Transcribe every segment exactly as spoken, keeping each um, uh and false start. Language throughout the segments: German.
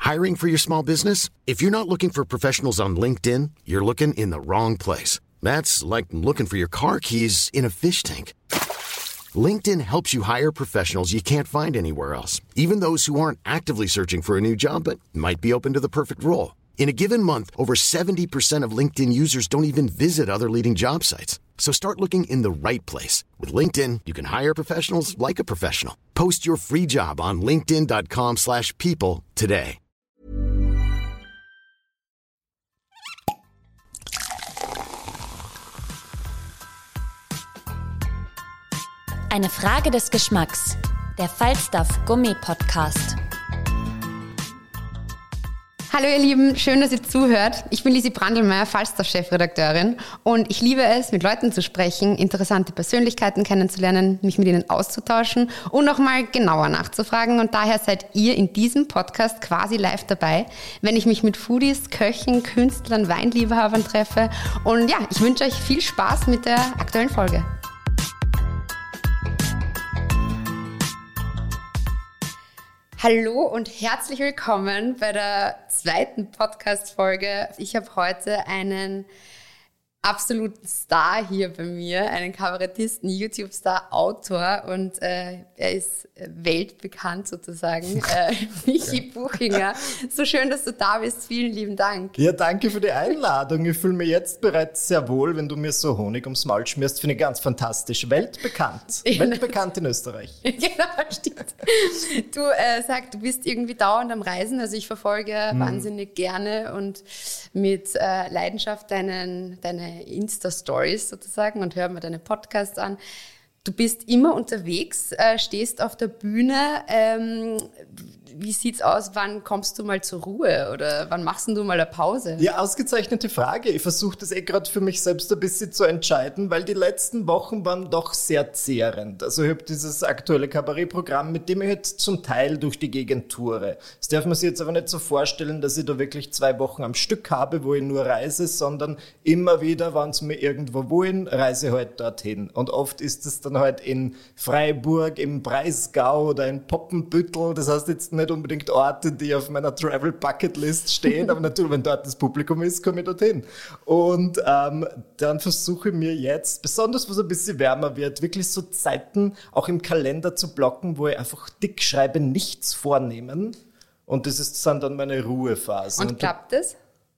Hiring for your small business? If you're not looking for professionals on LinkedIn, you're looking in the wrong place. That's like looking for your car keys in a fish tank. LinkedIn helps you hire professionals you can't find anywhere else, even those who aren't actively searching for a new job but might be open to the perfect role. In a given month, over seventy percent of LinkedIn users don't even visit other leading job sites. So start looking in the right place. With LinkedIn, you can hire professionals like a professional. Post your free job on linkedin dot com slash people today. Eine Frage des Geschmacks. Der Falstaff Gummi Podcast. Hallo ihr Lieben, schön, dass ihr zuhört. Ich bin Lisi Brandlmeier, Falstaff-Chefredakteurin und ich liebe es, mit Leuten zu sprechen, interessante Persönlichkeiten kennenzulernen, mich mit ihnen auszutauschen und nochmal genauer nachzufragen. Und daher seid ihr in diesem Podcast quasi live dabei, wenn ich mich mit Foodies, Köchen, Künstlern, Weinliebhabern treffe. Und ja, ich wünsche euch viel Spaß mit der aktuellen Folge. Hallo und herzlich willkommen bei der zweiten Podcast-Folge. Ich habe heute einen absoluten Star hier bei mir, einen Kabarettisten, YouTube-Star, Autor und äh, er ist weltbekannt sozusagen, äh, Michi Buchinger. So schön, dass du da bist. Vielen lieben Dank. Ja, danke für die Einladung. Ich fühle mich jetzt bereits sehr wohl, wenn du mir so Honig ums Maul schmierst. Finde ich ganz fantastisch. Weltbekannt. Ja. Weltbekannt in Österreich. Genau, stimmt. Du äh, sagst, du bist irgendwie dauernd am Reisen. Also ich verfolge hm. wahnsinnig gerne und mit äh, Leidenschaft deinen, deine Insta-Stories sozusagen und höre mir deine Podcasts an. Du bist immer unterwegs, äh, stehst auf der Bühne. Ähm, wie sieht's aus? Wann kommst du mal zur Ruhe oder wann machst du mal eine Pause? Ja, ausgezeichnete Frage. Ich versuche das eh gerade für mich selbst ein bisschen zu entscheiden, weil die letzten Wochen waren doch sehr zehrend. Also ich habe dieses aktuelle Kabarettprogramm, mit dem ich jetzt zum Teil durch die Gegend toure. Das darf man sich jetzt aber nicht so vorstellen, dass ich da wirklich zwei Wochen am Stück habe, wo ich nur reise, sondern immer wieder, wenn es mir irgendwo wohin, reise ich halt dorthin. Und oft ist es dann halt in Freiburg, im Breisgau oder in Poppenbüttel. Das heißt jetzt nicht unbedingt Orte, die auf meiner Travel Bucket List stehen, aber natürlich, wenn dort das Publikum ist, komme ich dorthin. Und ähm, dann versuche ich mir jetzt, besonders wo es ein bisschen wärmer wird, wirklich so Zeiten auch im Kalender zu blocken, wo ich einfach dick schreibe, nichts vornehmen. Und das ist dann, dann meine Ruhephasen. Und, Und klappt das?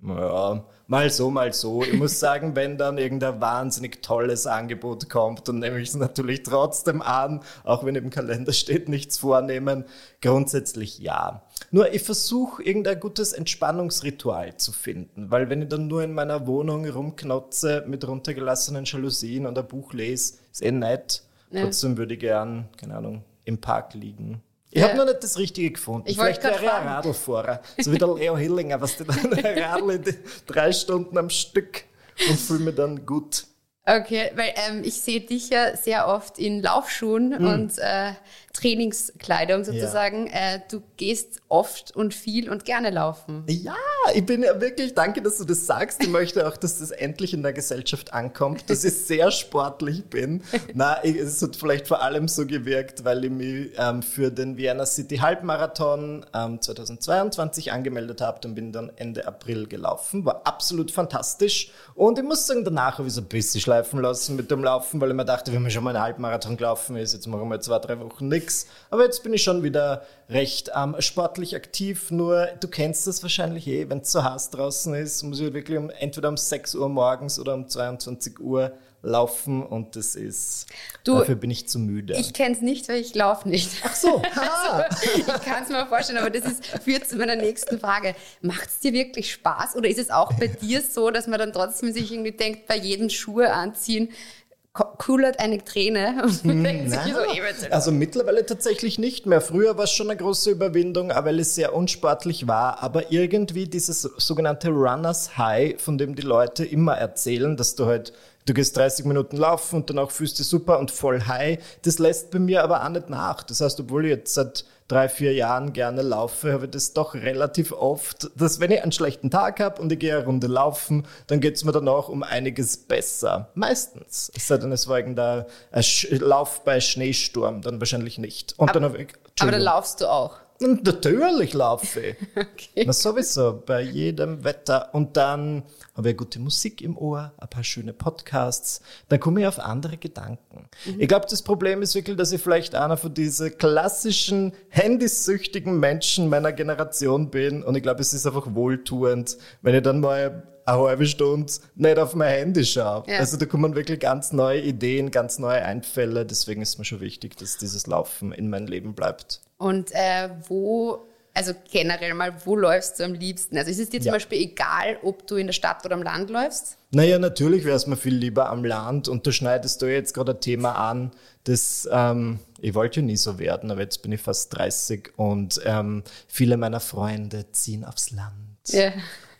Ja, mal so, mal so. Ich muss sagen, wenn dann irgendein wahnsinnig tolles Angebot kommt, dann nehme ich es natürlich trotzdem an, auch wenn im Kalender steht, nichts vornehmen. Grundsätzlich ja. Nur ich versuche, irgendein gutes Entspannungsritual zu finden, weil wenn ich dann nur in meiner Wohnung rumknotze mit runtergelassenen Jalousien und ein Buch lese, ist eh nett. Ja. Trotzdem würde ich gern, keine Ahnung, im Park liegen. Ich ja. habe noch nicht das Richtige gefunden. Ich Vielleicht wäre ich ein fragen. Radlfahrer. So wie der Leo Hillinger, was der dann Radl drei Stunden am Stück und fühle mich dann gut. Okay, weil ähm, ich sehe dich ja sehr oft in Laufschuhen mm. und äh, Trainingskleidung sozusagen. Ja. Äh, du gehst oft und viel und gerne laufen. Ja, ich bin ja wirklich, danke, dass du das sagst. Ich möchte auch, dass das endlich in der Gesellschaft ankommt, dass ich sehr sportlich bin. Na, es hat vielleicht vor allem so gewirkt, weil ich mich ähm, für den Vienna City Halbmarathon ähm, zweitausendzweiundzwanzig angemeldet habe und bin dann Ende April gelaufen. War absolut fantastisch. Und ich muss sagen, danach habe ich so ein bisschen schleifen lassen mit dem Laufen, weil ich mir dachte, wenn man schon mal einen Halbmarathon gelaufen ist, jetzt machen wir zwei, drei Wochen nichts. Aber jetzt bin ich schon wieder recht ähm, sportlich aktiv, nur du kennst das wahrscheinlich eh, wenn es so heiß draußen ist, muss ich wirklich um, entweder um sechs Uhr morgens oder um zweiundzwanzig Uhr laufen und das ist, du, dafür bin ich zu müde. Ich kenne es nicht, weil ich laufe nicht. Ach so, also, ich kann es mir vorstellen, aber das ist, führt zu meiner nächsten Frage. Macht es dir wirklich Spaß oder ist es auch bei dir so, dass man dann trotzdem sich irgendwie denkt, bei jedem Schuhe anziehen, kullert eine Träne und man denkt sich so, eh, also mittlerweile tatsächlich nicht mehr. Früher war es schon eine große Überwindung, weil es sehr unsportlich war, aber irgendwie dieses sogenannte Runners High, von dem die Leute immer erzählen, dass du halt du gehst dreißig Minuten laufen und danach fühlst du dich super und voll high. Das lässt bei mir aber auch nicht nach. Das heißt, obwohl ich jetzt seit drei, vier Jahren gerne laufe, habe ich das doch relativ oft, dass wenn ich einen schlechten Tag habe und ich gehe eine Runde laufen, dann geht es mir danach um einiges besser. Meistens. Es sei denn, es war irgendein Lauf bei Schneesturm, dann wahrscheinlich nicht. Und aber, dann ich, aber dann laufst du auch? Und natürlich laufe ich. Okay. Na sowieso, bei jedem Wetter. Und dann habe ich gute Musik im Ohr, ein paar schöne Podcasts. Dann komme ich auf andere Gedanken. Mhm. Ich glaube, das Problem ist wirklich, dass ich vielleicht einer von diesen klassischen, handysüchtigen Menschen meiner Generation bin. Und ich glaube, es ist einfach wohltuend, wenn ich dann mal eine halbe Stunde nicht auf mein Handy schaue. Ja. Also da kommen wirklich ganz neue Ideen, ganz neue Einfälle. Deswegen ist mir schon wichtig, dass dieses Laufen in meinem Leben bleibt. Und äh, wo, also generell mal, wo läufst du am liebsten? Also ist es dir zum ja. Beispiel egal, ob du in der Stadt oder am Land läufst? Naja, natürlich wäre es mir viel lieber am Land. Und da schneidest du jetzt gerade ein Thema an, das, ähm, ich wollte ja nie so werden, aber jetzt bin ich fast dreißig und ähm, viele meiner Freunde ziehen aufs Land. Ja.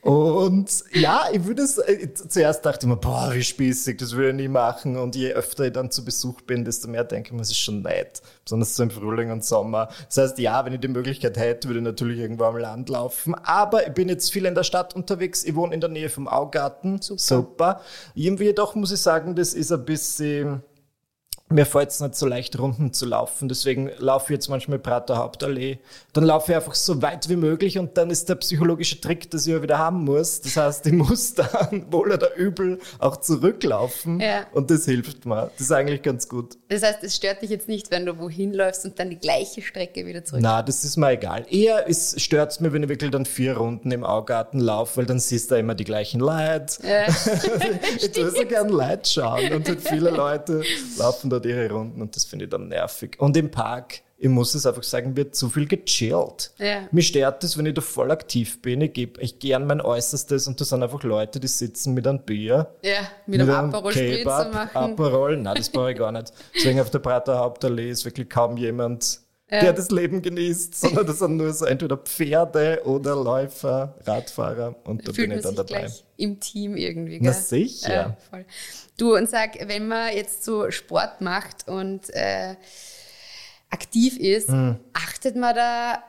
Und ja, ich würde es, äh, zuerst dachte ich mir, boah, wie spießig, das würde ich nie machen. Und je öfter ich dann zu Besuch bin, desto mehr denke ich mir, es ist schon nett. Besonders so im Frühling und Sommer. Das heißt, ja, wenn ich die Möglichkeit hätte, würde ich natürlich irgendwo am Land laufen. Aber ich bin jetzt viel in der Stadt unterwegs. Ich wohne in der Nähe vom Augarten. Super. Super. Irgendwie jedoch muss ich sagen, das ist ein bisschen... Mir fällt es nicht so leicht, Runden zu laufen. Deswegen laufe ich jetzt manchmal Prater Hauptallee. Dann laufe ich einfach so weit wie möglich und dann ist der psychologische Trick, dass ich ja wieder haben muss. Das heißt, ich muss dann wohl oder übel auch zurücklaufen. Ja. Und das hilft mir. Das ist eigentlich ganz gut. Das heißt, es stört dich jetzt nicht, wenn du wohin läufst und dann die gleiche Strecke wieder zurück? Nein, das ist mir egal. Eher stört es mir, wenn ich wirklich dann vier Runden im Augarten laufe, weil dann siehst du immer die gleichen Leute. Ja. Ich tue so gerne Leute schauen und halt viele Leute laufen da ihre Runden und das finde ich dann nervig. Und im Park, ich muss es einfach sagen, wird zu viel gechillt. Ja. Mich stört das, wenn ich da voll aktiv bin. Ich gebe echt gern mein Äußerstes und da sind einfach Leute, die sitzen mit einem Bier. Ja, mit, mit einem Aperol Spritzer machen. Aperol, nein, das brauche ich gar nicht. Deswegen auf der Prater Hauptallee ist wirklich kaum jemand, ja. der das Leben genießt, sondern das sind nur so entweder Pferde oder Läufer, Radfahrer und da Fühlt bin ich dann dabei. Gleich im Team irgendwie, Na gell? sicher. Ja, voll. Du, und sag, wenn man jetzt so Sport macht und äh, aktiv ist, hm. achtet man da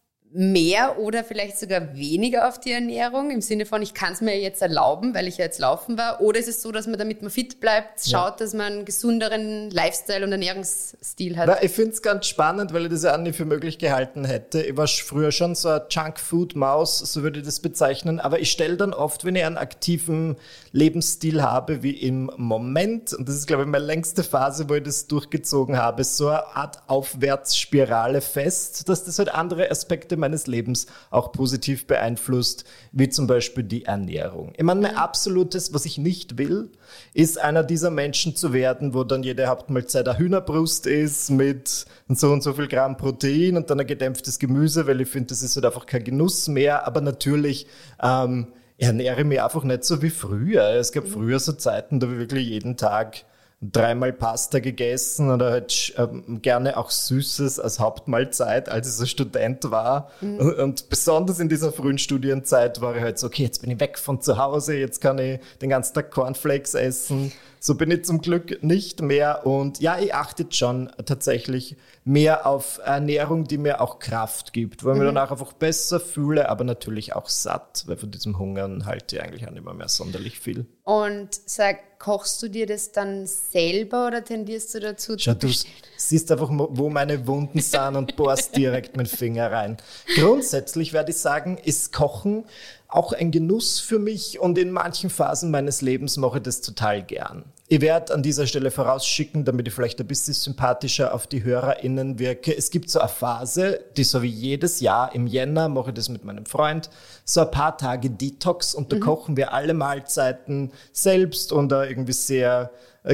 mehr oder vielleicht sogar weniger auf die Ernährung? Im Sinne von, ich kann es mir jetzt erlauben, weil ich ja jetzt laufen war. Oder ist es so, dass man, damit man fit bleibt, schaut, ja. dass man einen gesünderen Lifestyle und Ernährungsstil hat? Na, ich finde es ganz spannend, weil ich das ja auch nicht für möglich gehalten hätte. Ich war früher schon so eine Junkfood-Maus, so würde ich das bezeichnen. Aber ich stelle dann oft, wenn ich einen aktiven Lebensstil habe, wie im Moment, und das ist, glaube ich, meine längste Phase, wo ich das durchgezogen habe, so eine Art Aufwärtsspirale fest, dass das halt andere Aspekte meines Lebens auch positiv beeinflusst, wie zum Beispiel die Ernährung. Ich meine, mein absolutes, was ich nicht will, ist einer dieser Menschen zu werden, wo dann jede Hauptmahlzeit eine Hühnerbrust ist mit so und so viel Gramm Protein und dann ein gedämpftes Gemüse, weil ich finde, das ist halt einfach kein Genuss mehr. Aber natürlich ähm, ernähre ich mich einfach nicht so wie früher. Es gab früher so Zeiten, da habe ich wirklich jeden Tag dreimal Pasta gegessen oder halt ähm, gerne auch Süßes als Hauptmahlzeit, als ich so Student war. Mhm. Und, und besonders in dieser frühen Studienzeit war ich halt so, okay, jetzt bin ich weg von zu Hause, jetzt kann ich den ganzen Tag Cornflakes essen. So bin ich zum Glück nicht mehr. Und ja, ich achte schon tatsächlich mehr auf Ernährung, die mir auch Kraft gibt, weil ich mhm. mich danach einfach besser fühle, aber natürlich auch satt, weil von diesem Hungern halte ich eigentlich auch nicht mehr, mehr sonderlich viel. Und sag, kochst du dir das dann selber oder tendierst du dazu? Schau, du siehst einfach, wo meine Wunden sind und bohrst direkt mit dem Finger rein. Grundsätzlich werde ich sagen, ist Kochen auch ein Genuss für mich und in manchen Phasen meines Lebens mache ich das total gern. Ich werde an dieser Stelle vorausschicken, damit ich vielleicht ein bisschen sympathischer auf die HörerInnen wirke. Es gibt so eine Phase, die so wie jedes Jahr im Jänner mache ich das mit meinem Freund, so ein paar Tage Detox und da mhm. kochen wir alle Mahlzeiten selbst und da irgendwie sehr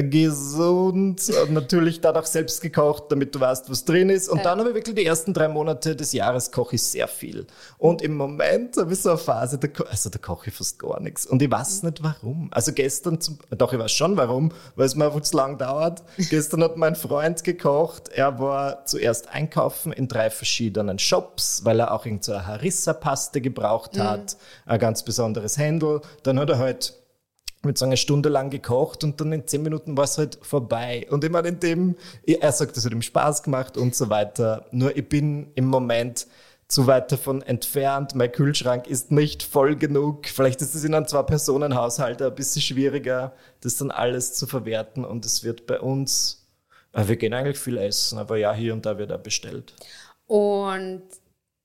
gesund und natürlich dann auch selbst gekocht, damit du weißt, was drin ist. Und ja. dann habe ich wirklich die ersten drei Monate des Jahres koche ich sehr viel. Und im Moment habe ich so eine Phase, da, ko- also da koche ich fast gar nichts. Und ich weiß nicht warum. Also gestern, zum, doch ich weiß schon warum, weil es mir einfach zu lang dauert. Gestern hat mein Freund gekocht. Er war zuerst einkaufen in drei verschiedenen Shops, weil er auch irgend so eine Harissa-Paste gebraucht hat. Mhm. Ein ganz besonderes Händel. Dann hat er halt mit so einer Stunde lang gekocht und dann in zehn Minuten war es halt vorbei. Und ich meine, in dem, er sagt, das hat ihm Spaß gemacht und so weiter. Nur ich bin im Moment zu weit davon entfernt. Mein Kühlschrank ist nicht voll genug. Vielleicht ist es in einem Zwei-Personen-Haushalt ein bisschen schwieriger, das dann alles zu verwerten. Und es wird bei uns, wir gehen eigentlich viel essen, aber ja, hier und da wird auch bestellt. Und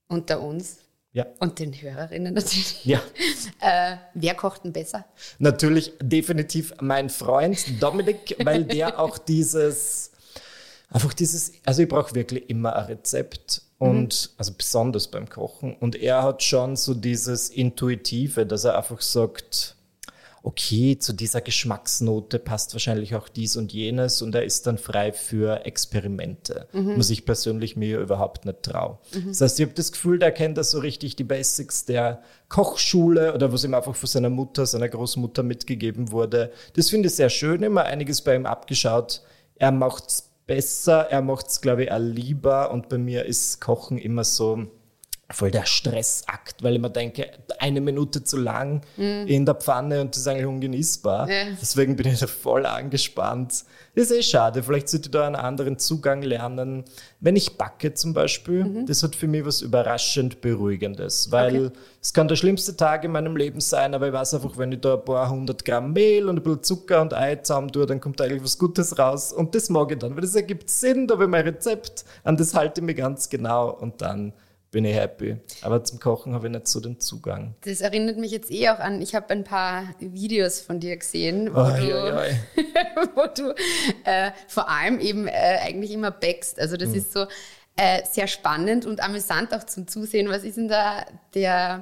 unter uns Ja. und den Hörerinnen natürlich. Ja. Äh, wer kocht denn besser? Natürlich definitiv mein Freund Dominik, weil der auch dieses, einfach dieses, also ich brauche wirklich immer ein Rezept und, mhm. also besonders beim Kochen, und er hat schon so dieses Intuitive, dass er einfach sagt, okay, zu dieser Geschmacksnote passt wahrscheinlich auch dies und jenes, und er ist dann frei für Experimente, mhm. was ich persönlich mir überhaupt nicht traue. Mhm. Das heißt, ich habe das Gefühl, der kennt das so richtig die Basics der Kochschule oder was ihm einfach von seiner Mutter, seiner Großmutter mitgegeben wurde. Das finde ich sehr schön, immer einiges bei ihm abgeschaut. Er macht's besser, er macht's, glaube ich, auch lieber, und bei mir ist Kochen immer so voll der Stressakt, weil ich mir denke, eine Minute zu lang mm. in der Pfanne und das ist eigentlich ungenießbar. Ja. Deswegen bin ich da voll angespannt. Das ist eh schade, vielleicht sollte ich da einen anderen Zugang lernen. Wenn ich backe zum Beispiel, mhm. das hat für mich was überraschend Beruhigendes, weil okay. es kann der schlimmste Tag in meinem Leben sein, aber ich weiß einfach, wenn ich da ein paar hundert Gramm Mehl und ein bisschen Zucker und Ei zusammen tue, dann kommt da eigentlich was Gutes raus, und das mag ich dann, weil das ergibt Sinn, da habe ich mein Rezept, an das halte ich mich ganz genau, und dann bin ich happy. Aber zum Kochen habe ich nicht so den Zugang. Das erinnert mich jetzt eh auch an, ich habe ein paar Videos von dir gesehen, wo oh, du, ja, ja. wo du äh, vor allem eben äh, eigentlich immer backst. Also das mhm. ist so äh, sehr spannend und amüsant auch zum Zusehen. Was ist denn da der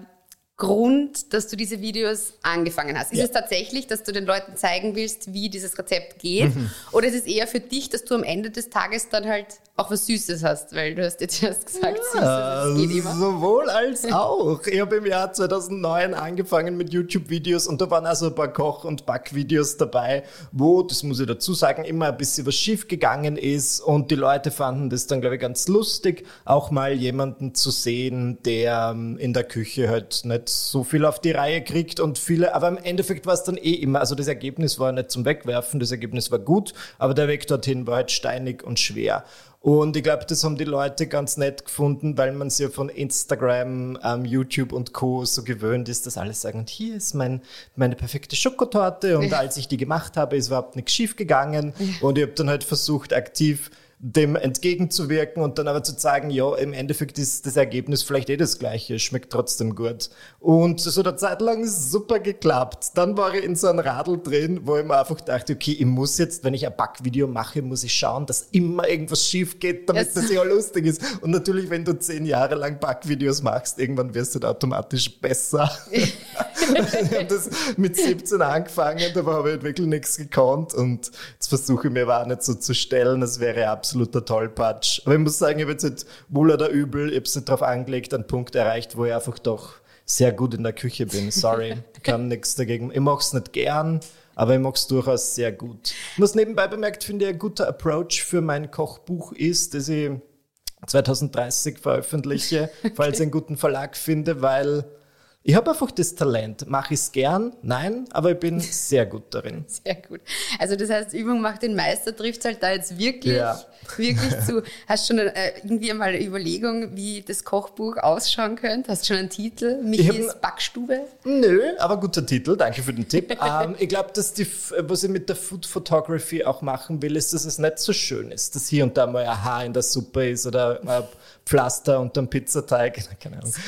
Grund, dass du diese Videos angefangen hast? Ist ja. es tatsächlich, dass du den Leuten zeigen willst, wie dieses Rezept geht? Mhm. Oder ist es eher für dich, dass du am Ende des Tages dann halt auch was Süßes hast? Weil du hast jetzt erst gesagt, ja, Süßes, das geht immer. Sowohl als auch. Ich habe im Jahr zweitausendneun angefangen mit YouTube-Videos, und da waren also ein paar Koch- und Backvideos dabei, wo, das muss ich dazu sagen, immer ein bisschen was schief gegangen ist, und die Leute fanden das dann, glaube ich, ganz lustig, auch mal jemanden zu sehen, der in der Küche halt nicht so viel auf die Reihe kriegt und viele, aber im Endeffekt war es dann eh immer, also das Ergebnis war nicht zum Wegwerfen, das Ergebnis war gut, aber der Weg dorthin war halt steinig und schwer. Und ich glaube, das haben die Leute ganz nett gefunden, weil man sich ja von Instagram, ähm, YouTube und Co. so gewöhnt ist, dass alle sagen, und hier ist mein, meine perfekte Schokotorte, und als ich die gemacht habe, ist überhaupt nichts schief gegangen, und ich habe dann halt versucht, aktiv dem entgegenzuwirken und dann aber zu sagen, ja, im Endeffekt ist das Ergebnis vielleicht eh das Gleiche, schmeckt trotzdem gut. Und so eine Zeit lang ist es super geklappt. Dann war ich in so einem Radl drin, wo ich mir einfach dachte, okay, ich muss jetzt, wenn ich ein Backvideo mache, muss ich schauen, dass immer irgendwas schief geht, damit yes. das ja lustig ist. Und natürlich, wenn du zehn Jahre lang Backvideos machst, irgendwann wirst du automatisch besser. Ich habe das mit siebzehn angefangen, da habe ich halt wirklich nichts gekonnt, und jetzt versuche ich mir aber auch nicht so zu stellen, das wäre absoluter Tollpatsch. Aber ich muss sagen, ich habe jetzt nicht wohl oder übel, ich habe es nicht darauf angelegt, einen Punkt erreicht, wo ich einfach doch sehr gut in der Küche bin. Sorry, ich kann nichts dagegen. Ich mache es nicht gern, aber ich mache es durchaus sehr gut. Was nebenbei bemerkt, finde ich, ein guter Approach für mein Kochbuch ist, das ich zwanzig dreißig veröffentliche, okay. falls ich einen guten Verlag finde, weil ich habe einfach das Talent. Mache ich es gern? Nein, aber ich bin sehr gut darin. Sehr gut. Also das heißt, Übung macht den Meister, trifft halt da jetzt wirklich, ja. wirklich zu. Hast du schon äh, irgendwie mal eine Überlegung, wie das Kochbuch ausschauen könnte? Hast du schon einen Titel? Michis hab, Backstube? Nö, aber guter Titel. Danke für den Tipp. ähm, ich glaube, dass die, was ich mit der Food Photography auch machen will, ist, dass es nicht so schön ist, dass hier und da mal ein Haar in der Suppe ist oder ein Pflaster unter dem Pizzateig. Keine Ahnung.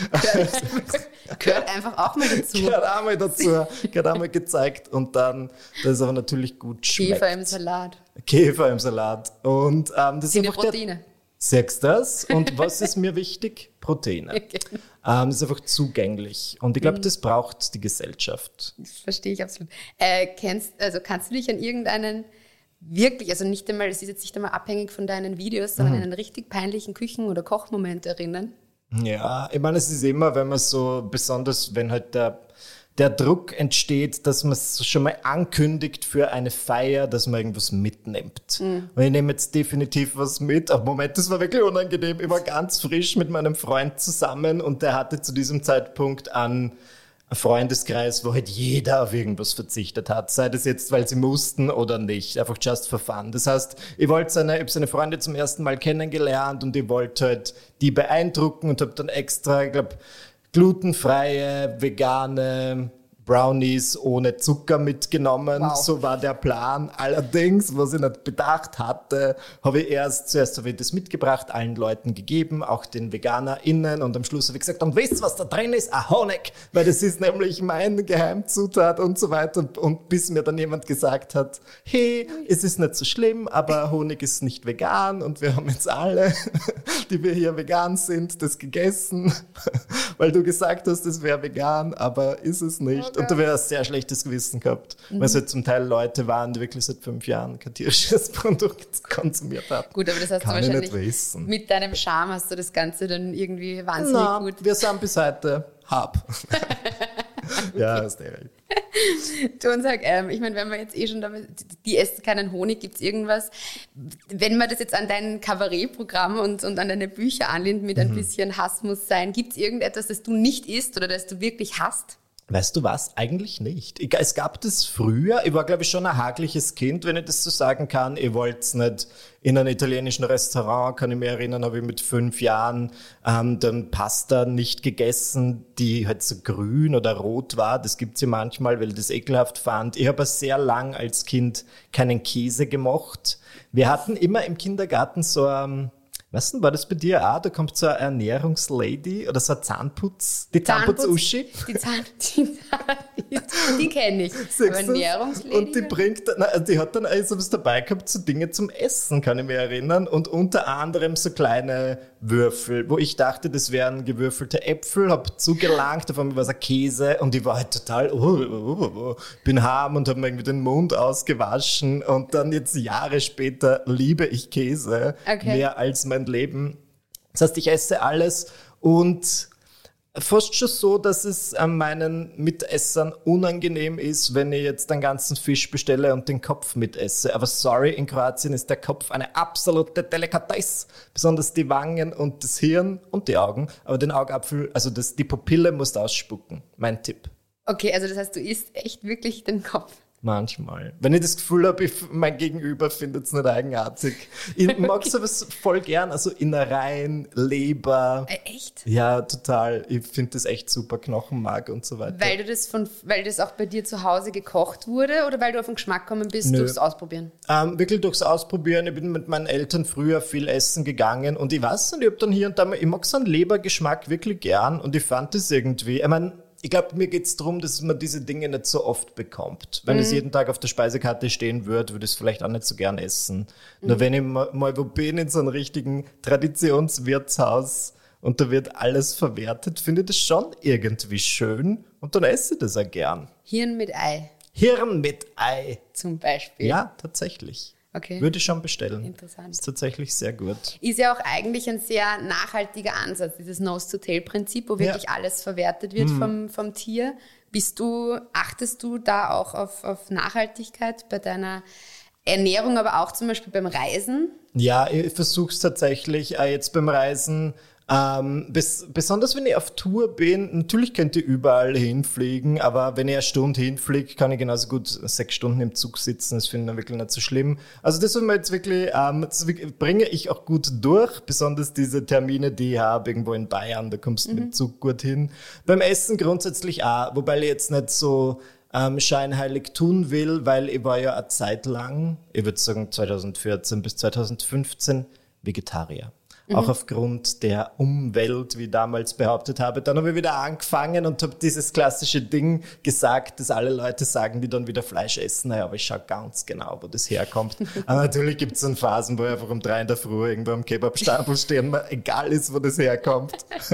Gehört, gehört einfach auch mal dazu. Gehört auch mal dazu. Gehört auch mal gezeigt. Und dann, das ist aber natürlich gut schmeckt. Käfer im Salat. Käfer im Salat. Und ähm, das sind ist ja Proteine. Sagst das? Und was ist mir wichtig? Proteine. Okay. Ähm, ist einfach zugänglich. Und ich glaube, das braucht die Gesellschaft. Das verstehe ich absolut. Äh, kennst, also kannst du dich an irgendeinen wirklich, also nicht einmal, es ist jetzt nicht einmal abhängig von deinen Videos, sondern mhm. einen richtig peinlichen Küchen- oder Kochmoment erinnern? Ja, ich meine, es ist immer, wenn man so, besonders wenn halt der, der Druck entsteht, dass man es schon mal ankündigt für eine Feier, dass man irgendwas mitnimmt. Mhm. Und ich nehme jetzt definitiv was mit. Aber Moment, das war wirklich unangenehm. Ich war ganz frisch mit meinem Freund zusammen, und der hatte zu diesem Zeitpunkt an ein Freundeskreis, wo halt jeder auf irgendwas verzichtet hat, sei das jetzt, weil sie mussten oder nicht, einfach just for fun. Das heißt, ich wollte seine, ich habe seine Freunde zum ersten Mal kennengelernt, und ich wollte halt die beeindrucken und habe dann extra, ich glaube, glutenfreie, vegane Brownies ohne Zucker mitgenommen. Wow. So war der Plan. Allerdings, was ich nicht bedacht hatte, habe ich erst, zuerst habe ich das mitgebracht, allen Leuten gegeben, auch den VeganerInnen, und am Schluss habe ich gesagt, und wisst, was da drin ist? Ein Honig, weil das ist nämlich meine Geheimzutat und so weiter. Und, und bis mir dann jemand gesagt hat, hey, es ist nicht so schlimm, aber Honig ist nicht vegan, und wir haben jetzt alle, die wir hier vegan sind, das gegessen, weil du gesagt hast, es wäre vegan, aber ist es nicht. Okay. Und du hast ein sehr schlechtes Gewissen gehabt, mhm. weil es halt zum Teil Leute waren, die wirklich seit fünf Jahren kein tierisches Produkt konsumiert haben. Gut, aber das hast Kann du wahrscheinlich mit deinem Charme hast du das Ganze dann irgendwie wahnsinnig Na, gut. Wir sind bis heute hab. Okay. Ja, ist der recht. Du, und sag, ähm, ich meine, wenn man jetzt eh schon damit, die essen keinen Honig, gibt es irgendwas, wenn man das jetzt an dein Kabarettprogramm und, und an deine Bücher anlehnt mit ein mhm. bisschen Hass muss sein, gibt es irgendetwas, das du nicht isst oder das du wirklich hasst? Weißt du was? Eigentlich nicht. Ich, es gab das früher. Ich war, glaube ich, schon ein hagliches Kind, wenn ich das so sagen kann. Ich wollte es nicht in einem italienischen Restaurant, kann ich mich erinnern, habe ich mit fünf Jahren ähm, dann Pasta nicht gegessen, die halt so grün oder rot war. Das gibt es ja manchmal, weil ich das ekelhaft fand. Ich habe sehr lang als Kind keinen Käse gemocht. Wir hatten immer im Kindergarten so ein... Weißt du, war das bei dir auch? Da kommt so eine Ernährungslady oder so ein Zahnputz, die Zahnputz-Uschi. Die Zahn, die, die, die kenne ich. Aber Ernährungslady. Und die bringt, na, die hat dann also was dabei gehabt, so Dinge zum Essen, kann ich mich erinnern. Und unter anderem so kleine Würfel, wo ich dachte, das wären gewürfelte Äpfel, habe zugelangt, auf einmal war es ein Käse und ich war halt total, oh, oh, oh, oh, bin harm und habe mir irgendwie den Mund ausgewaschen. Und dann jetzt Jahre später liebe ich Käse okay. mehr als mein Leben. Das heißt, ich esse alles und fast schon so, dass es an meinen Mitessern unangenehm ist, wenn ich jetzt den ganzen Fisch bestelle und den Kopf mitesse. Aber sorry, in Kroatien ist der Kopf eine absolute Delikatesse. Besonders die Wangen und das Hirn und die Augen. Aber den Augapfel, also das, die Pupille musst du ausspucken. Mein Tipp. Okay, also das heißt, du isst echt wirklich den Kopf. Manchmal. Wenn ich das Gefühl habe, ich, mein Gegenüber findet es nicht eigenartig. Ich mag sowas voll gern, also Innereien, Leber. Äh, echt? Ja, total. Ich finde das echt super, Knochenmark und so weiter. Weil du das von, weil das auch bei dir zu Hause gekocht wurde oder weil du auf den Geschmack gekommen bist, Nö. durchs Ausprobieren? Ähm, wirklich durchs Ausprobieren. Ich bin mit meinen Eltern früher viel essen gegangen und ich weiß nicht, ich habe dann hier und da mal, ich mag so einen Lebergeschmack wirklich gern und ich fand das irgendwie, ich meine, ich glaube, mir geht es darum, dass man diese Dinge nicht so oft bekommt. Wenn mhm. es jeden Tag auf der Speisekarte stehen würde, würde ich es vielleicht auch nicht so gern essen. Mhm. Nur wenn ich mal, mal wo bin in so einem richtigen Traditionswirtshaus und da wird alles verwertet, finde ich das schon irgendwie schön und dann esse ich das auch gern. Hirn mit Ei. Hirn mit Ei. Zum Beispiel. Ja, tatsächlich. Okay. Würde ich schon bestellen. Interessant. Ist tatsächlich sehr gut. Ist ja auch eigentlich ein sehr nachhaltiger Ansatz, dieses Nose-to-Tail-Prinzip, wo wirklich ja. alles verwertet wird mhm. vom, vom Tier. Bist du, achtest du da auch auf, auf Nachhaltigkeit bei deiner Ernährung, aber auch zum Beispiel beim Reisen? Ja, ich versuche es tatsächlich äh, jetzt beim Reisen. Ähm, bes- besonders wenn ich auf Tour bin, natürlich könnt ihr überall hinfliegen, aber wenn ich eine Stunde hinfliege, kann ich genauso gut sechs Stunden im Zug sitzen, das finde ich dann wirklich nicht so schlimm. Also das, was mir jetzt wirklich, ähm, das bringe ich auch gut durch, besonders diese Termine, die ich habe, irgendwo in Bayern, da kommst du mhm. mit dem Zug gut hin. Beim Essen grundsätzlich auch, wobei ich jetzt nicht so ähm, scheinheilig tun will, weil ich war ja eine Zeit lang, ich würde sagen zweitausendvierzehn bis zweitausendfünfzehn, Vegetarier. Auch aufgrund der Umwelt, wie ich damals behauptet habe. Dann habe ich wieder angefangen und habe dieses klassische Ding gesagt, dass alle Leute sagen, die dann wieder Fleisch essen. Naja, aber ich schaue ganz genau, wo das herkommt. Aber natürlich gibt es so Phasen, wo ich einfach um drei in der Früh irgendwo am Kebabstapel stehe und mir egal ist, wo das herkommt.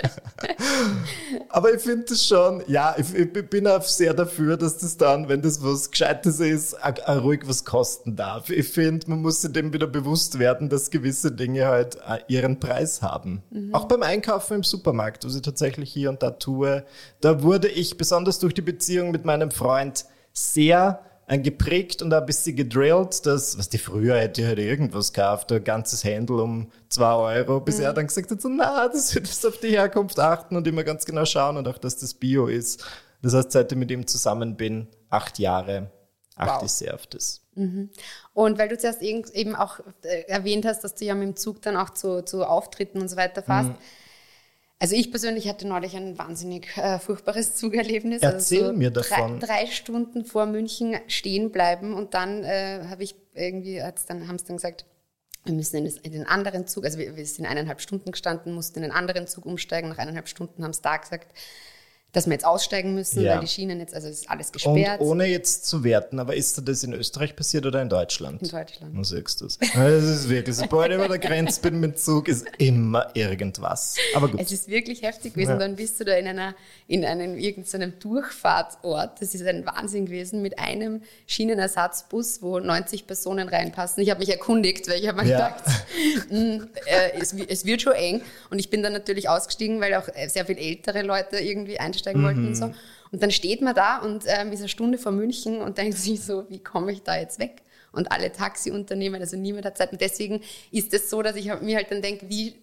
Aber ich finde das schon, ja, ich, ich bin auch sehr dafür, dass das dann, wenn das was Gescheites ist, auch, auch ruhig was kosten darf. Ich finde, man muss sich dem wieder bewusst werden, dass gewisse Dinge halt ihren Preis haben. Mhm. Auch beim Einkaufen im Supermarkt, was ich tatsächlich hier und da tue, da wurde ich besonders durch die Beziehung mit meinem Freund sehr äh, geprägt und ein bisschen gedrillt, dass, was die früher hätte ich halt irgendwas gekauft, ein ganzes Händel um zwei Euro, bis mhm. er dann gesagt hat, so, na, das wird das auf die Herkunft achten und immer ganz genau schauen und auch, dass das Bio ist. Das heißt, seit ich mit ihm zusammen bin, acht Jahre, achte wow. ich sehr auf das. Mhm. Und weil du zuerst eben auch erwähnt hast, dass du ja mit dem Zug dann auch zu, zu Auftritten und so weiter fährst, mhm. Also ich persönlich hatte neulich ein wahnsinnig äh, furchtbares Zugerlebnis. Erzähl also so mir davon. Drei, drei Stunden vor München stehen bleiben und dann äh, habe ich irgendwie, hat's dann, haben sie dann gesagt, wir müssen in, das, in den anderen Zug, also wir, wir sind eineinhalb Stunden gestanden, mussten in den anderen Zug umsteigen. Nach eineinhalb Stunden haben sie da gesagt, dass wir jetzt aussteigen müssen, ja. weil die Schienen jetzt, also es ist alles gesperrt. Und ohne jetzt zu werten, aber ist das in Österreich passiert oder in Deutschland? In Deutschland. Du siehst das. Das ist wirklich, sobald ich über der Grenze bin mit Zug, ist immer irgendwas. Aber gut. Es ist wirklich heftig gewesen. Ja. Dann bist du da in einer, in einem irgendeinem Durchfahrtsort. Das ist ein Wahnsinn gewesen mit einem Schienenersatzbus, wo neunzig Personen reinpassen. Ich habe mich erkundigt, weil ich habe mir ja. gedacht, mh, äh, es, es wird schon eng. Und ich bin dann natürlich ausgestiegen, weil auch sehr viele ältere Leute irgendwie einsteigen wollten mhm. und so. Und dann steht man da und ähm, ist eine Stunde vor München und denkt sich so, wie komme ich da jetzt weg? Und alle Taxiunternehmen, also niemand hat Zeit. Und deswegen ist es so, dass ich mir halt dann denke, wie,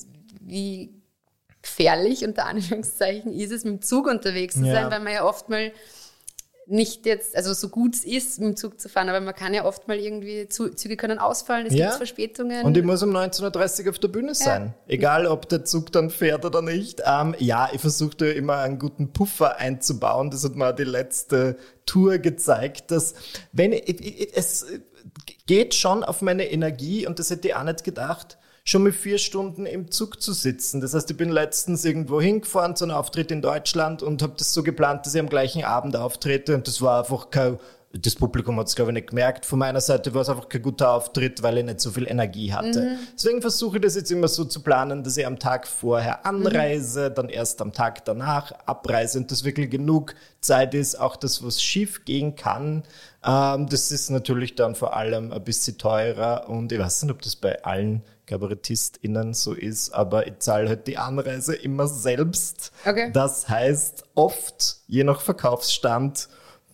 wie gefährlich, unter Anführungszeichen, ist es, mit dem Zug unterwegs zu sein, ja. weil man ja oft mal nicht jetzt, also so gut es ist, mit dem Zug zu fahren, aber man kann ja oft mal irgendwie, Züge können ausfallen, es ja. gibt Verspätungen. Und ich muss um neunzehn Uhr dreißig auf der Bühne sein, ja. egal ob der Zug dann fährt oder nicht. Ähm, ja, ich versuchte immer einen guten Puffer einzubauen, das hat mir die letzte Tour gezeigt, dass wenn ich, ich, es geht schon auf meine Energie und das hätte ich auch nicht gedacht, schon mit vier Stunden im Zug zu sitzen. Das heißt, ich bin letztens irgendwo hingefahren zu einem Auftritt in Deutschland und habe das so geplant, dass ich am gleichen Abend auftrete und das war einfach kein, das Publikum hat es glaube ich nicht gemerkt. Von meiner Seite war es einfach kein guter Auftritt, weil ich nicht so viel Energie hatte. Mhm. Deswegen versuche ich das jetzt immer so zu planen, dass ich am Tag vorher anreise, mhm. dann erst am Tag danach abreise und dass wirklich genug Zeit ist, auch das, was schief gehen kann. Ähm, das ist natürlich dann vor allem ein bisschen teurer und ich weiß nicht, ob das bei allen KabarettistInnen so ist, aber ich zahle halt die Anreise immer selbst. Okay. Das heißt, oft, je nach Verkaufsstand,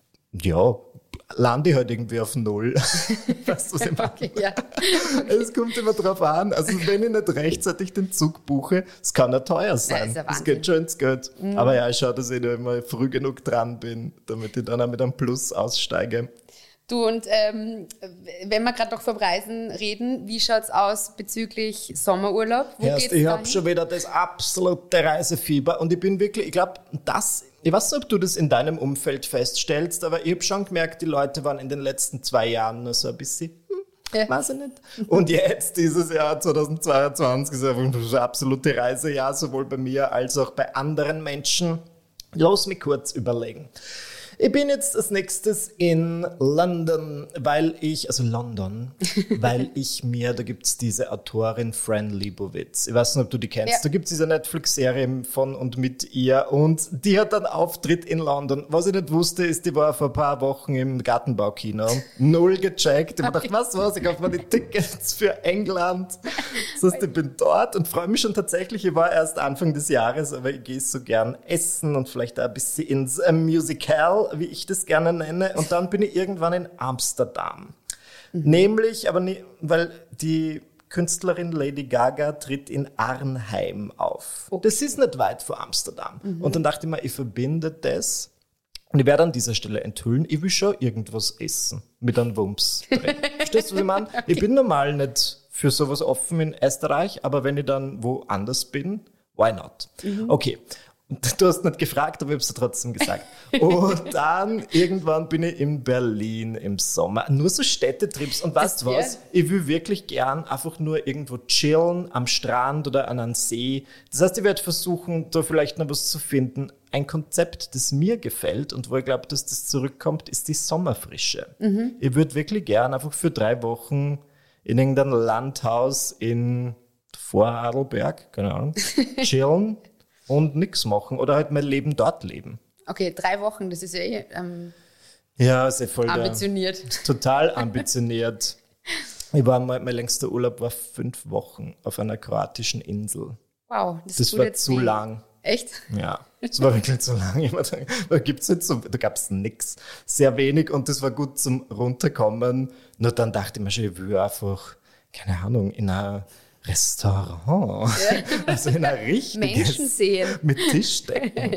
ja, lande ich halt irgendwie auf Null. Weißt du, was ich meine? Okay, ja. Okay. Es kommt immer drauf an. Also wenn ich nicht rechtzeitig den Zug buche, es kann ja teuer sein. Das, das geht schon ins Geld. Mhm. Aber ja, ich schaue, dass ich da immer früh genug dran bin, damit ich dann auch mit einem Plus aussteige. Du, und ähm, wenn wir gerade noch vom Reisen reden, wie schaut's aus bezüglich Sommerurlaub? Wo Erst, geht's ich habe schon wieder das absolute Reisefieber und ich bin wirklich, ich glaube, das, ich weiß nicht, ob du das in deinem Umfeld feststellst, aber ich habe schon gemerkt, die Leute waren in den letzten zwei Jahren nur so ein bisschen, hm, ja. weiß ich nicht. Und jetzt, dieses Jahr zweitausendzweiundzwanzig, ist einfach das absolute Reisejahr, sowohl bei mir als auch bei anderen Menschen. Lass mich kurz überlegen. Ich bin jetzt als nächstes in London, weil ich, also London, weil ich mir, da gibt's diese Autorin Fran Lebowitz. Ich weiß nicht, ob du die kennst. Ja. Da gibt's diese Netflix-Serie von und mit ihr und die hat einen Auftritt in London. Was ich nicht wusste, ist, die war vor ein paar Wochen im Gartenbaukino. Null gecheckt. Ich hab gedacht, was, was, ich kaufe mir die Tickets für England. Das heißt, ich bin dort und freue mich schon tatsächlich. Ich war erst Anfang des Jahres, aber ich gehe so gern essen und vielleicht auch ein bisschen ins äh, Musical, wie ich das gerne nenne. Und dann bin ich irgendwann in Amsterdam. Mhm. Nämlich, aber nie, weil die Künstlerin Lady Gaga tritt in Arnhem auf. Okay. Das ist nicht weit vor Amsterdam. Mhm. Und dann dachte ich mir, ich verbinde das. Und ich werde an dieser Stelle enthüllen, ich will schon irgendwas essen mit einem Wumms drin. Verstehst du, was ich meine? Okay. Ich bin normal nicht für sowas offen in Österreich, aber wenn ich dann woanders bin, why not? Mhm. Okay. Du hast nicht gefragt, aber ich habe es trotzdem gesagt. Und dann irgendwann bin ich in Berlin im Sommer. Nur so Städtetrips. Und weißt du was? Ich will wirklich gern einfach nur irgendwo chillen, am Strand oder an einem See. Das heißt, ich werde versuchen, da vielleicht noch was zu finden. Ein Konzept, das mir gefällt und wo ich glaube, dass das zurückkommt, ist die Sommerfrische. Mhm. Ich würde wirklich gern einfach für drei Wochen in irgendeinem Landhaus in Vorarlberg, keine Ahnung, chillen. Und nichts machen oder halt mein Leben dort leben. Okay, drei Wochen, das ist ja eh ähm, ja, sehr voll ambitioniert. Der, total ambitioniert. Ich war mal, mein längster Urlaub war fünf Wochen auf einer kroatischen Insel. Wow, das, das war zu weh. lang. Echt? Ja, das war wirklich zu lang. Da gibt's nicht so, da gab's nichts, sehr wenig und das war gut zum Runterkommen. Nur dann dachte ich mir schon, ich will einfach, keine Ahnung, in einer Restaurant, ja. Also in einer richtigen Menschen sehen. Mit Tischdecken. Ja.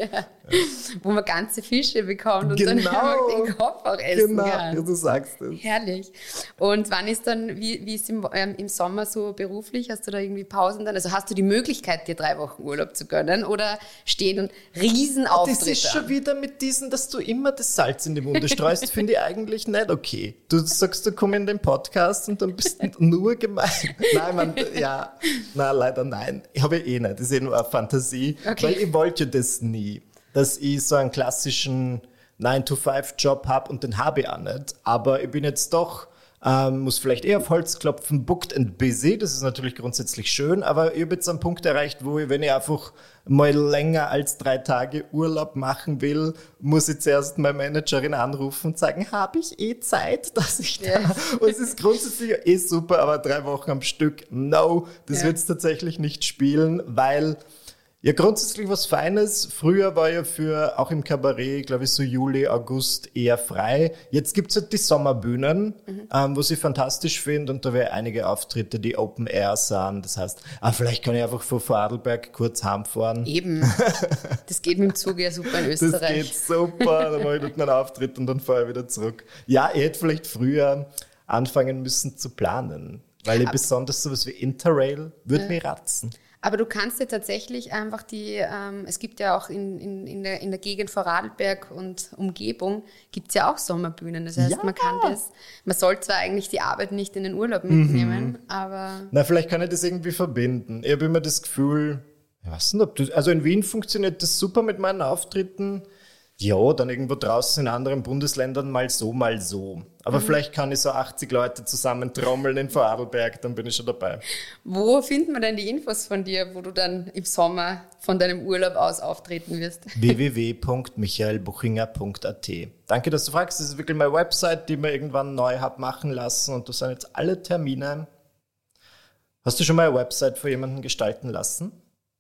wo man ganze Fische bekommt und Genau. dann einfach den Kopf auch essen Genau, kann. ja, du sagst es. Herrlich. Und wann ist dann, wie, wie ist im, ähm, im Sommer so beruflich? Hast du da irgendwie Pausen dann? Also hast du die Möglichkeit, dir drei Wochen Urlaub zu gönnen oder stehen Riesenauftritte? Das ist schon wieder mit diesen, dass du immer das Salz in die Wunde streust, finde ich eigentlich nicht okay. Du sagst, du kommst in den Podcast und dann bist du nur gemein. Nein, man, ja, nein, leider nein. Ich habe eh nicht, das ist eh nur eine Fantasie, Okay. weil ich wollte das nie, dass ich so einen klassischen nine to five Job habe und den habe ich auch nicht. Aber ich bin jetzt doch, ähm, muss vielleicht eher auf Holz klopfen, booked and busy, das ist natürlich grundsätzlich schön, aber ich habe jetzt einen Punkt erreicht, wo ich, wenn ich einfach mal länger als drei Tage Urlaub machen will, muss ich zuerst meine Managerin anrufen und sagen, habe ich eh Zeit, dass ich da... Ja. Und es ist grundsätzlich eh super, aber drei Wochen am Stück, no, das Ja. wird es tatsächlich nicht spielen, weil... Ja, grundsätzlich was Feines. Früher war ja für, auch im Kabarett, glaube ich, so Juli, August eher frei. Jetzt gibt's halt die Sommerbühnen, mhm. ähm, was ich fantastisch finde. Und da wäre einige Auftritte, die Open Air sind. Das heißt, ah, vielleicht kann ich einfach von Vorarlberg kurz heimfahren. Eben. Das geht mit dem Zug ja super in Das Österreich. geht super. Dann mache ich dort einen Auftritt und dann fahre ich wieder zurück. Ja, ich hätte vielleicht früher anfangen müssen zu planen. Weil ich besonders sowas wie Interrail würde Ja. mich ratzen. Aber du kannst dir tatsächlich einfach die, ähm, es gibt ja auch in, in, in, der, in der Gegend Vorarlberg und Umgebung, gibt es ja auch Sommerbühnen. Das heißt, Ja. man kann das, man soll zwar eigentlich die Arbeit nicht in den Urlaub mitnehmen, mhm. aber... Na, vielleicht kann ich das irgendwie verbinden. Ich habe immer das Gefühl, ich weiß nicht, ob du, also in Wien funktioniert das super mit meinen Auftritten. Ja, dann irgendwo draußen in anderen Bundesländern mal so, mal so. Aber mhm. vielleicht kann ich so achtzig Leute zusammen trommeln in Vorarlberg, dann bin ich schon dabei. Wo findet man denn die Infos von dir, wo du dann im Sommer von deinem Urlaub aus auftreten wirst? w w w punkt michael buchinger punkt a t. Danke, dass du fragst. Das ist wirklich meine Website, die ich mir irgendwann neu habe machen lassen. Und das sind jetzt alle Termine. Hast du schon mal eine Website für jemanden gestalten lassen?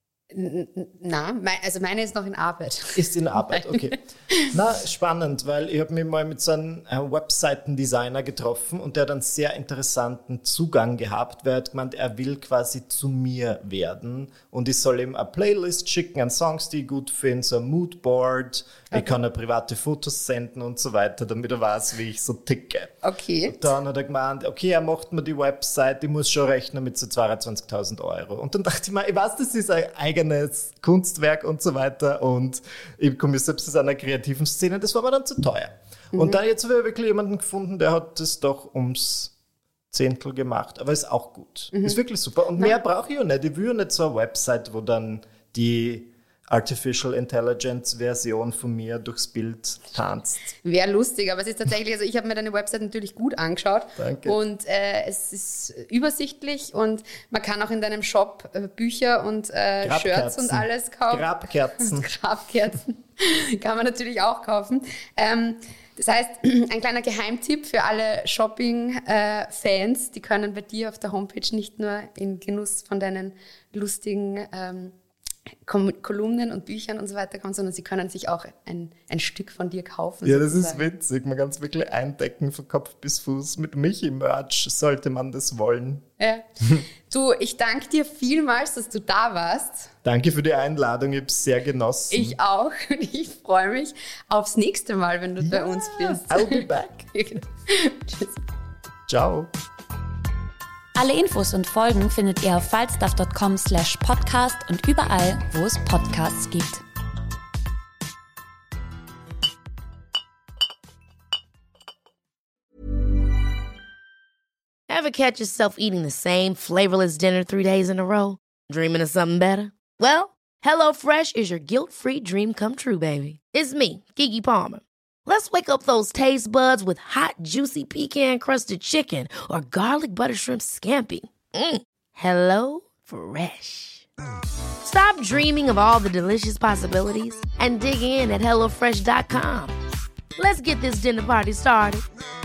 Na, mein, also meine ist noch in Arbeit. Ist in Arbeit, okay. Na, spannend, weil ich habe mich mal mit so einem Webseitendesigner getroffen und der hat einen sehr interessanten Zugang gehabt, weil er hat gemeint, er will quasi zu mir werden und ich soll ihm eine Playlist schicken an Songs, die ich gut finde, so ein Moodboard, okay. Ich kann ihm private Fotos senden und so weiter, damit er weiß, wie ich so ticke. Okay. Und dann hat er gemeint, okay, er macht mir die Website, ich muss schon rechnen mit so zweiundzwanzigtausend Euro. Und dann dachte ich mir, ich weiß, das ist ein eigenes Kunstwerk und so weiter und ich komme ja selbst aus einer kreativen Szene, das war mir dann zu teuer. Mhm. Und dann jetzt habe ich wirklich jemanden gefunden, der hat das doch ums Zehntel gemacht, aber ist auch gut. Mhm. Ist wirklich super. Und mehr brauche ich ja nicht. Ich will ja nicht so eine Website, wo dann die Artificial Intelligence Version von mir durchs Bild tanzt. Wäre lustig, aber es ist tatsächlich, also ich habe mir deine Website natürlich gut angeschaut. Danke. Und äh, es ist übersichtlich und man kann auch in deinem Shop äh, Bücher und äh, Shirts und alles kaufen. Grabkerzen. Grabkerzen kann man natürlich auch kaufen. Ähm, das heißt, ein kleiner Geheimtipp für alle Shopping-Fans, äh, die können bei dir auf der Homepage nicht nur in Genuss von deinen lustigen ähm, Kolumnen und Büchern und so weiter kommen, sondern sie können sich auch ein, ein Stück von dir kaufen. Ja, das sozusagen. ist witzig. Man kann es wirklich eindecken von Kopf bis Fuß. Mit Michi-Merch sollte man das wollen. Ja. Du, ich danke dir vielmals, dass du da warst. Danke für die Einladung, ich habe es sehr genossen. Ich auch. Und ich freue mich aufs nächste Mal, wenn du ja, bei uns bist. I'll be back. Tschüss. Ciao. Alle Infos und Folgen findet ihr auf falstaff punkt com slash podcast und überall, wo es Podcasts gibt. Ever catch yourself eating the same flavorless dinner three days in a row? Dreaming of something better? Well, HelloFresh is your guilt-free dream come true, baby. It's me, Keke Palmer. Let's wake up those taste buds with hot, juicy pecan-crusted chicken or garlic butter shrimp scampi. Mm. Hello Fresh. Stop dreaming of all the delicious possibilities and dig in at hello fresh dot com. Let's get this dinner party started.